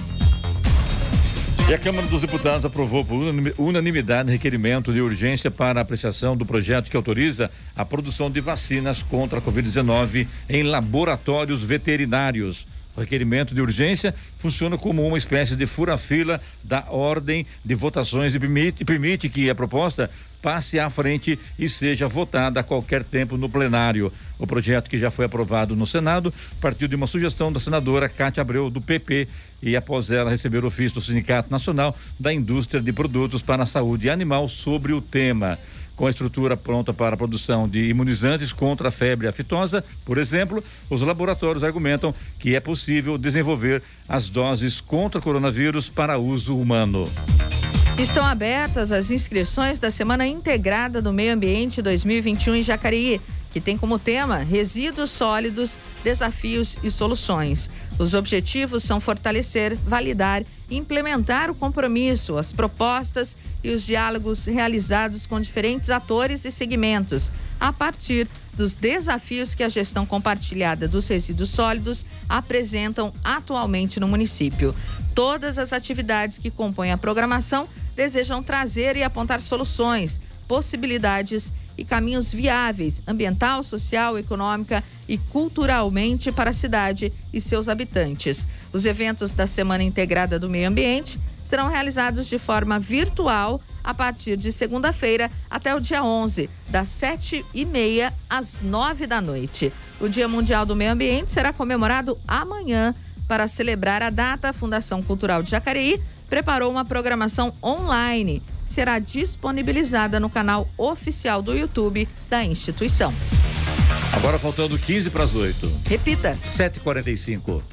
E a Câmara dos Deputados aprovou por unanimidade requerimento de urgência para a apreciação do projeto que autoriza a produção de vacinas contra a covid dezenove em laboratórios veterinários. O requerimento de urgência funciona como uma espécie de fura-fila da ordem de votações e permite, permite que a proposta passe à frente e seja votada a qualquer tempo no plenário. O projeto, que já foi aprovado no Senado, partiu de uma sugestão da senadora Cátia Abreu, do P P, e após ela receber ofício do Sindicato Nacional da Indústria de Produtos para a Saúde Animal sobre o tema. Com a estrutura pronta para a produção de imunizantes contra a febre aftosa, por exemplo, os laboratórios argumentam que é possível desenvolver as doses contra o coronavírus para uso humano. Estão abertas as inscrições da Semana Integrada do Meio Ambiente dois mil e vinte e um em Jacareí, que tem como tema Resíduos Sólidos, Desafios e Soluções. Os objetivos são fortalecer, validar e implementar o compromisso, as propostas e os diálogos realizados com diferentes atores e segmentos, a partir dos desafios que a gestão compartilhada dos resíduos sólidos apresentam atualmente no município. Todas as atividades que compõem a programação desejam trazer e apontar soluções, possibilidades e caminhos viáveis, ambiental, social, econômica e culturalmente para a cidade e seus habitantes. Os eventos da Semana Integrada do Meio Ambiente serão realizados de forma virtual a partir de segunda-feira até o dia onze, das sete e meia às nove da noite. O Dia Mundial do Meio Ambiente será comemorado amanhã. Para celebrar a data, a Fundação Cultural de Jacareí preparou uma programação online. Será disponibilizada no canal oficial do YouTube da instituição. Agora faltando quinze para as oito. Repita. sete e quarenta e cinco.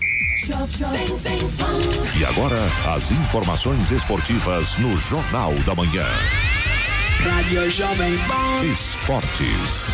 E agora, as informações esportivas no Jornal da Manhã. Rádio Jovem Pan. Esportes.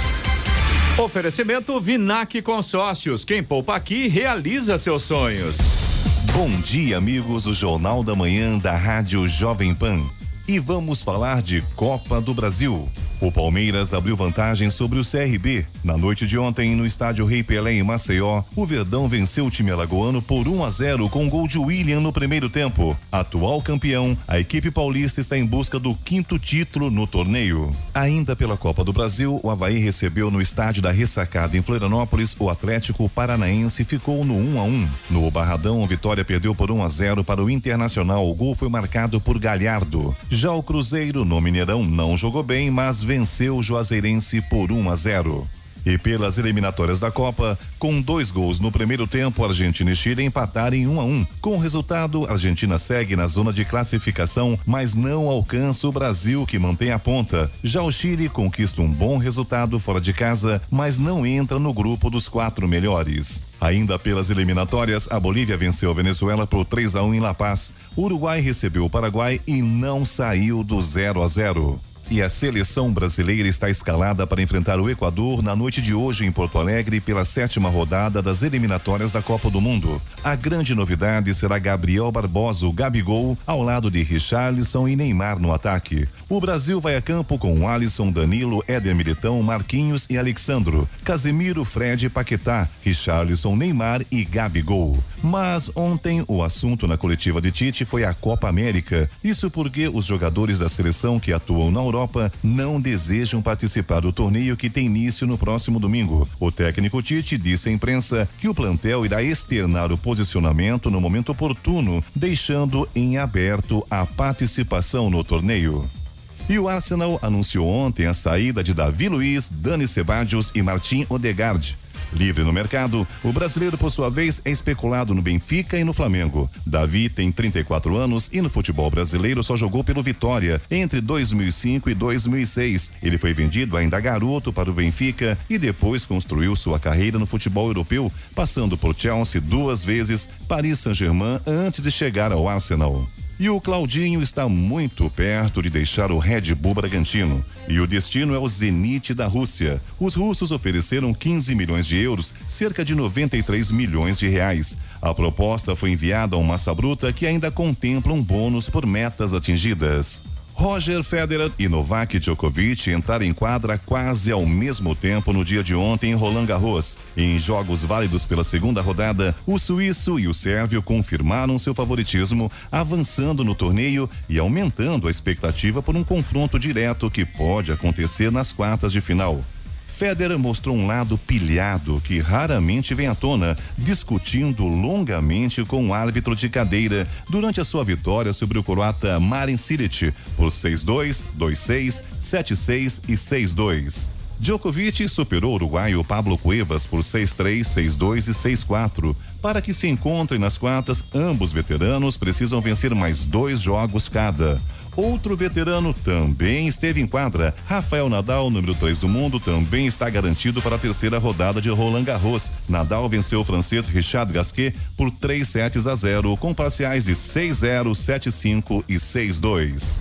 Oferecimento Vinac Consórcios. Quem poupa aqui realiza seus sonhos. Bom dia, amigos do Jornal da Manhã da Rádio Jovem Pan. E vamos falar de Copa do Brasil. O Palmeiras abriu vantagem sobre o C R B. Na noite de ontem, no estádio Rei Pelé em Maceió, o Verdão venceu o time alagoano por um a zero com gol de William no primeiro tempo. Atual campeão, a equipe paulista está em busca do quinto título no torneio. Ainda pela Copa do Brasil, o Avaí recebeu no estádio da Ressacada em Florianópolis o Atlético Paranaense e ficou no um a um. No Barradão, o Vitória perdeu por um a zero para o Internacional. O gol foi marcado por Galhardo. Já o Cruzeiro, no Mineirão, não jogou bem, mas venceu o Juazeirense por um a zero. E pelas eliminatórias da Copa, com dois gols no primeiro tempo, Argentina e Chile empataram em um a um. Com o resultado, a Argentina segue na zona de classificação, mas não alcança o Brasil, que mantém a ponta. Já o Chile conquista um bom resultado fora de casa, mas não entra no grupo dos quatro melhores. Ainda pelas eliminatórias, a Bolívia venceu a Venezuela por três a um em La Paz. O Uruguai recebeu o Paraguai e não saiu do zero a zero. E a seleção brasileira está escalada para enfrentar o Equador na noite de hoje em Porto Alegre pela sétima rodada das eliminatórias da Copa do Mundo. A grande novidade será Gabriel Barbosa, o Gabigol, ao lado de Richarlison e Neymar no ataque. O Brasil vai a campo com Alisson, Danilo, Éder Militão, Marquinhos e Alexandro, Casemiro, Fred, Paquetá, Richarlison, Neymar e Gabigol. Mas ontem o assunto na coletiva de Tite foi a Copa América. Isso porque os jogadores da seleção que atuam na Europa Europa não desejam participar do torneio que tem início no próximo domingo. O técnico Tite disse à imprensa que o plantel irá externar o posicionamento no momento oportuno, deixando em aberto a participação no torneio. E o Arsenal anunciou ontem a saída de Davi Luiz, Dani Ceballos e Martin Odegaard. Livre no mercado, o brasileiro, por sua vez, é especulado no Benfica e no Flamengo. Davi tem trinta e quatro anos e no futebol brasileiro só jogou pelo Vitória entre dois mil e cinco e dois mil e seis. Ele foi vendido ainda garoto para o Benfica e depois construiu sua carreira no futebol europeu, passando por Chelsea duas vezes, Paris Saint-Germain antes de chegar ao Arsenal. E o Claudinho está muito perto de deixar o Red Bull Bragantino. E o destino é o Zenit da Rússia. Os russos ofereceram quinze milhões de euros, cerca de noventa e três milhões de reais. A proposta foi enviada ao Massa Bruta, que ainda contempla um bônus por metas atingidas. Roger Federer e Novak Djokovic entraram em quadra quase ao mesmo tempo no dia de ontem em Roland Garros. Em jogos válidos pela segunda rodada, o suíço e o sérvio confirmaram seu favoritismo, avançando no torneio e aumentando a expectativa por um confronto direto que pode acontecer nas quartas de final. Federer mostrou um lado pilhado que raramente vem à tona, discutindo longamente com o árbitro de cadeira durante a sua vitória sobre o croata Marin Cilic por seis a dois, dois a seis, sete a seis e seis a dois. Djokovic superou o uruguaio Pablo Cuevas por seis a três, seis a dois e seis a quatro. Para que se encontrem nas quartas, ambos veteranos precisam vencer mais dois jogos cada. Outro veterano também esteve em quadra. Rafael Nadal, número três do mundo, também está garantido para a terceira rodada de Roland Garros. Nadal venceu o francês Richard Gasquet por três sets a zero, com parciais de seis a zero, sete a cinco e seis a dois.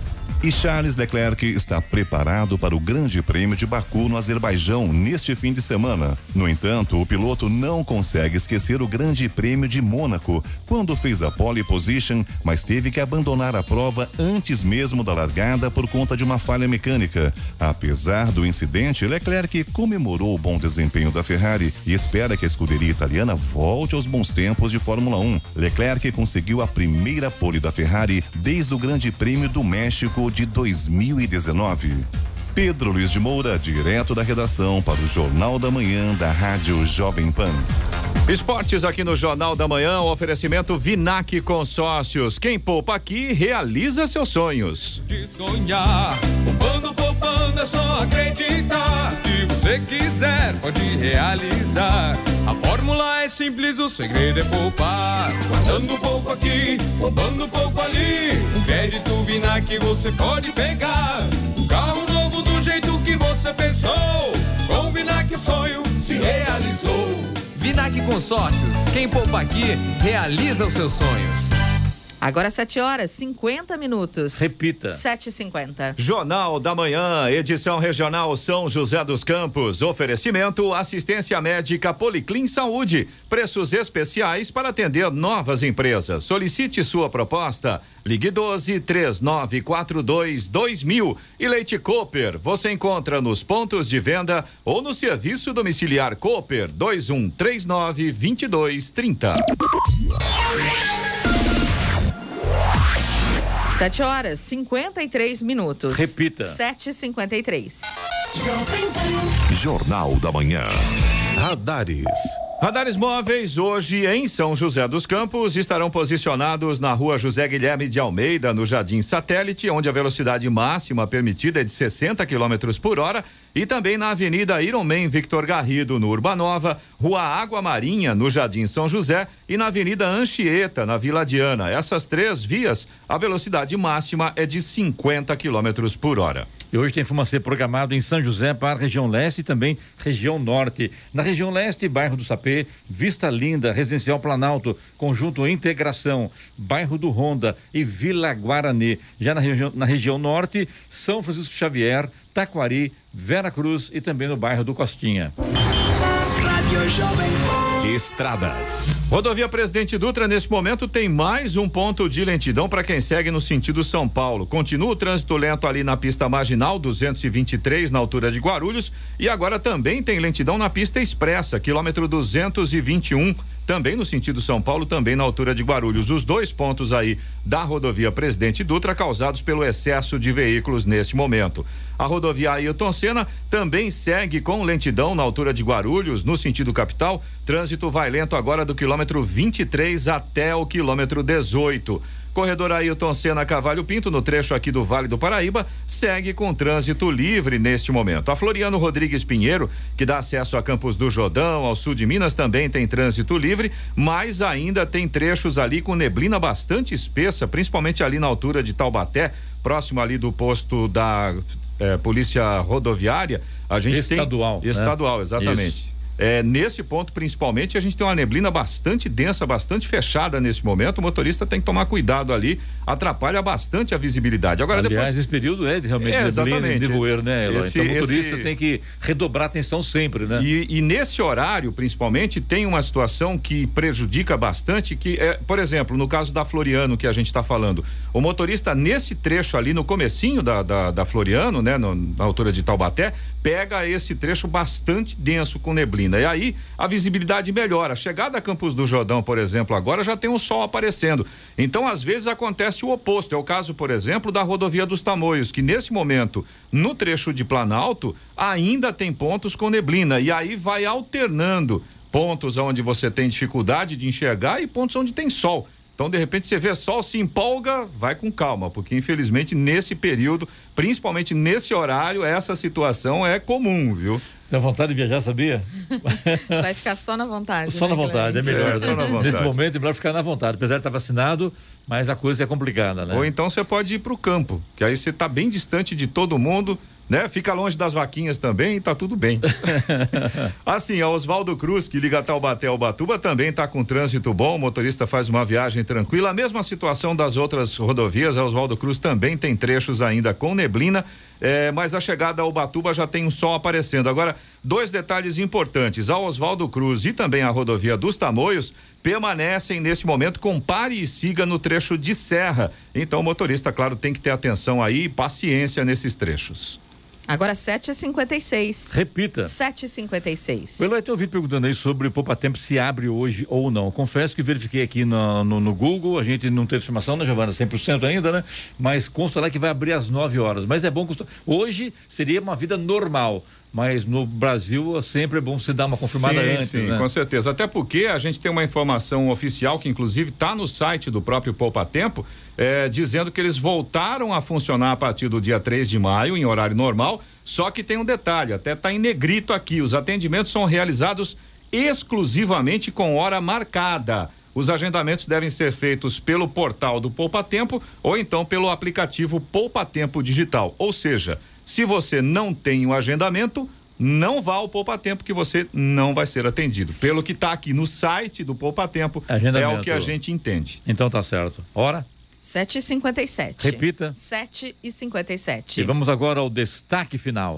E Charles Leclerc está preparado para o Grande Prêmio de Baku no Azerbaijão neste fim de semana. No entanto, o piloto não consegue esquecer o Grande Prêmio de Mônaco, quando fez a pole position, mas teve que abandonar a prova antes mesmo da largada por conta de uma falha mecânica. Apesar do incidente, Leclerc comemorou o bom desempenho da Ferrari e espera que a escuderia italiana volte aos bons tempos de Fórmula um. Leclerc conseguiu a primeira pole da Ferrari desde o Grande Prêmio do México de dois mil e dezenove. Pedro Luiz de Moura, direto da redação para o Jornal da Manhã da Rádio Jovem Pan. Esportes aqui no Jornal da Manhã, oferecimento Vinac Consórcios. Quem poupa aqui realiza seus sonhos. De sonhar, poupando, poupando, é só acreditar. Se você quiser, pode realizar. A fórmula é simples, o segredo é poupar. Guardando pouco aqui, poupando pouco ali. Um crédito Vinac você pode pegar. Um carro novo do jeito que você pensou. Com o Vinac o sonho se realizou. Vinac Consórcios, quem poupa aqui, realiza os seus sonhos. Agora sete horas, cinquenta minutos. Repita. sete e cinquenta. Jornal da Manhã, edição regional São José dos Campos. Oferecimento assistência médica Policlin Saúde. Preços especiais para atender novas empresas. Solicite sua proposta. Ligue doze, três nove quatro dois, dois mil. E Leite Cooper, você encontra nos pontos de venda ou no serviço domiciliar Cooper dois um três nove, dois dois três zero. sete horas, cinquenta e três minutos. Repita. sete e cinquenta e três. Jornal da Manhã. Radares. Radares móveis hoje em São José dos Campos estarão posicionados na rua José Guilherme de Almeida, no Jardim Satélite, onde a velocidade máxima permitida é de sessenta quilômetros por hora, e também na Avenida Ironman Victor Garrido, no Urbanova, Rua Água Marinha, no Jardim São José, e na Avenida Anchieta, na Vila Diana. Essas três vias, a velocidade máxima é de cinquenta quilômetros por hora. E hoje tem fumacê programado em São José para a região leste e também região norte. Na região leste, bairro do Sapê, Vista Linda, Residencial Planalto, Conjunto Integração, bairro do Honda e Vila Guarani. Já na região, na região norte, São Francisco Xavier, Taquari, Vera Cruz e também no bairro do Costinha. Rádio Jovem Pan. Estradas. Rodovia Presidente Dutra, nesse momento, tem mais um ponto de lentidão para quem segue no sentido São Paulo. Continua o trânsito lento ali na pista marginal, duzentos e vinte e três, na altura de Guarulhos. E agora também tem lentidão na pista expressa, quilômetro duzentos e vinte e um, também no sentido São Paulo, também na altura de Guarulhos. Os dois pontos aí da rodovia Presidente Dutra causados pelo excesso de veículos nesse momento. A rodovia Ailton Senna também segue com lentidão na altura de Guarulhos, no sentido capital. Trânsito vai lento agora do quilômetro vinte e três até o quilômetro dezoito. Corredor Ailton Senna Cavalho Pinto, no trecho aqui do Vale do Paraíba, segue com trânsito livre neste momento. A Floriano Rodrigues Pinheiro, que dá acesso a Campos do Jordão, ao sul de Minas, também tem trânsito livre, mas ainda tem trechos ali com neblina bastante espessa, principalmente ali na altura de Taubaté, próximo ali do posto da eh, Polícia Rodoviária. A gente estadual, tem estadual, né? exatamente. Isso. É, nesse ponto, principalmente, a gente tem uma neblina bastante densa, bastante fechada nesse momento. O motorista tem que tomar cuidado ali, atrapalha bastante a visibilidade. Agora, Aliás, depois... esse período é de realmente é, neblina e nevoeiro, né, Eloy? Esse, então o motorista esse... tem que redobrar atenção sempre, né? E, e nesse horário, principalmente, tem uma situação que prejudica bastante, que é, por exemplo, no caso da Floriano, que a gente está falando, o motorista nesse trecho ali, no comecinho da, da, da Floriano, né, no, na altura de Taubaté, pega esse trecho bastante denso com neblina. E aí a visibilidade melhora. A chegada a Campos do Jordão, por exemplo, agora já tem um sol aparecendo. Então, às vezes, acontece o oposto. É o caso, por exemplo, da rodovia dos Tamoios, que nesse momento, no trecho de Planalto, ainda tem pontos com neblina. E aí vai alternando pontos onde você tem dificuldade de enxergar e pontos onde tem sol. Então, de repente, você vê sol, se empolga, vai com calma, porque infelizmente nesse período, principalmente nesse horário, essa situação é comum, viu? Dá vontade de viajar, sabia? Vai ficar só na vontade. Só né, na vontade, Clemente? é melhor. É, só na vontade. Nesse momento é melhor ficar na vontade. Apesar de estar vacinado, Mas a coisa é complicada, né? Ou então você pode ir pro campo, que aí você tá bem distante de todo mundo, né? Fica longe das vaquinhas também e tá tudo bem. Assim, a Oswaldo Cruz, que liga Taubaté ao Ubatuba, também tá com trânsito bom, o motorista faz uma viagem tranquila. A mesma situação das outras rodovias, a Oswaldo Cruz também tem trechos ainda com neblina, é, mas a chegada ao Ubatuba já tem um sol aparecendo. Agora, dois detalhes importantes, a Oswaldo Cruz e também a rodovia dos Tamoios permanecem nesse momento com pare e siga no trecho de serra. Então o motorista, claro, tem que ter atenção aí e paciência nesses trechos. Agora sete e cinquenta e seis. Repita. sete e cinquenta e seis. O Eloy tem ouvido perguntando aí sobre o Poupa Tempo, se abre hoje ou não. Confesso que verifiquei aqui no, no, no Google, a gente não teve estimação, né, Giovana? cem por cento ainda, né? Mas consta lá que vai abrir às nove horas. Mas é bom, consta... hoje seria uma vida normal. Mas no Brasil sempre é bom se dar uma confirmada sim, antes, sim, né? Com certeza. Até porque a gente tem uma informação oficial que inclusive está no site do próprio Poupa Tempo, é, dizendo que eles voltaram a funcionar a partir do dia três de maio, em horário normal, só que tem um detalhe, até está em negrito aqui, os atendimentos são realizados exclusivamente com hora marcada. Os agendamentos devem ser feitos pelo portal do Poupa Tempo ou então pelo aplicativo Poupa Tempo Digital. Ou seja, se você não tem o agendamento, não vá ao Poupa Tempo que você não vai ser atendido. Pelo que está aqui no site do Poupa Tempo, é o que a gente entende. Então tá certo. Hora? sete e cinquenta e sete. Repita. sete e cinquenta e sete. E vamos agora ao destaque final.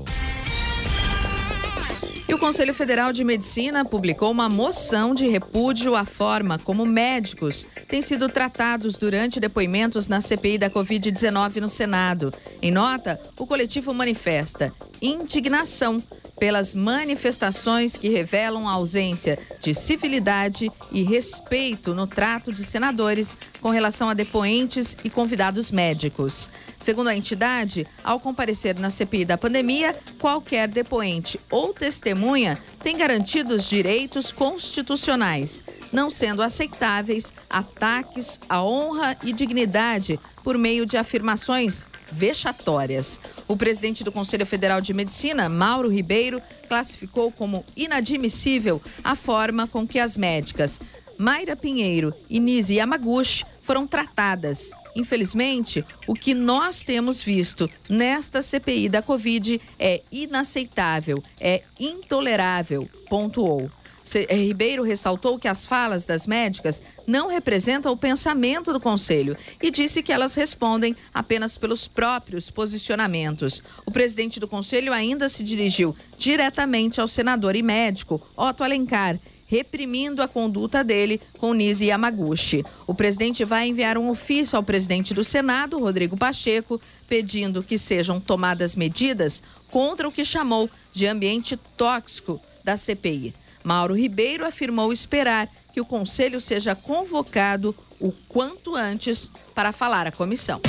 E o Conselho Federal de Medicina publicou uma moção de repúdio à forma como médicos têm sido tratados durante depoimentos na C P I da covid dezenove no Senado. Em nota, o coletivo manifesta indignação pelas manifestações que revelam a ausência de civilidade e respeito no trato de senadores com relação a depoentes e convidados médicos. Segundo a entidade, ao comparecer na C P I da pandemia, qualquer depoente ou testemunha tem garantidos direitos constitucionais, não sendo aceitáveis ataques à honra e dignidade por meio de afirmações vexatórias. O presidente do Conselho Federal de Medicina, Mauro Ribeiro, classificou como inadmissível a forma com que as médicas Mayra Pinheiro e Nise Yamaguchi foram tratadas. Infelizmente, o que nós temos visto nesta C P I da Covid é inaceitável, é intolerável, pontuou. Ribeiro ressaltou que as falas das médicas não representam o pensamento do Conselho e disse que elas respondem apenas pelos próprios posicionamentos. O presidente do Conselho ainda se dirigiu diretamente ao senador e médico Otto Alencar, reprimindo a conduta dele com Nise Yamaguchi. O presidente vai enviar um ofício ao presidente do Senado, Rodrigo Pacheco, pedindo que sejam tomadas medidas contra o que chamou de ambiente tóxico da C P I. Mauro Ribeiro afirmou esperar que o Conselho seja convocado o quanto antes para falar à comissão.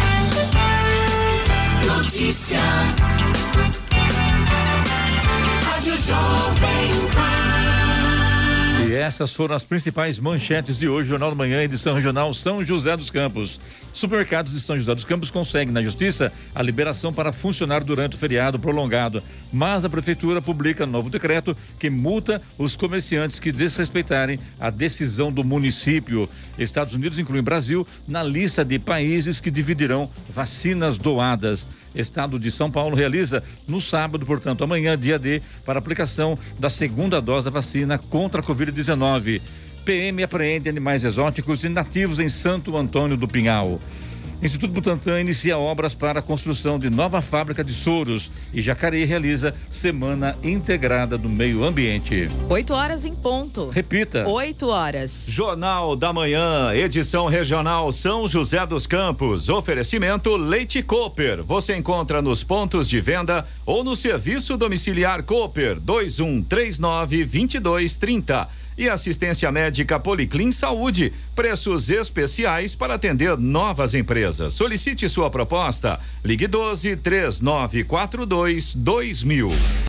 Notícia. Rádio Jovem Pan. E essas foram as principais manchetes de hoje, Jornal da Manhã, edição regional São José dos Campos. Supermercados de São José dos Campos conseguem na Justiça a liberação para funcionar durante o feriado prolongado, mas a Prefeitura publica novo decreto que multa os comerciantes que desrespeitarem a decisão do município. Estados Unidos incluem Brasil na lista de países que dividirão vacinas doadas. Estado de São Paulo realiza no sábado, portanto amanhã, dia D, para aplicação da segunda dose da vacina contra a covid dezenove. P M apreende animais exóticos e nativos em Santo Antônio do Pinhal. Instituto Butantan inicia obras para a construção de nova fábrica de soros e Jacareí realiza Semana Integrada do Meio Ambiente. Oito horas em ponto. Repita. Oito horas. Jornal da Manhã, edição regional São José dos Campos. Oferecimento Leite Cooper. Você encontra nos pontos de venda ou no serviço domiciliar Cooper dois um três nove, dois dois três zero. E assistência médica Policlin Saúde. Preços especiais para atender novas empresas. Solicite sua proposta. Ligue doze, três nove quatro dois, dois mil.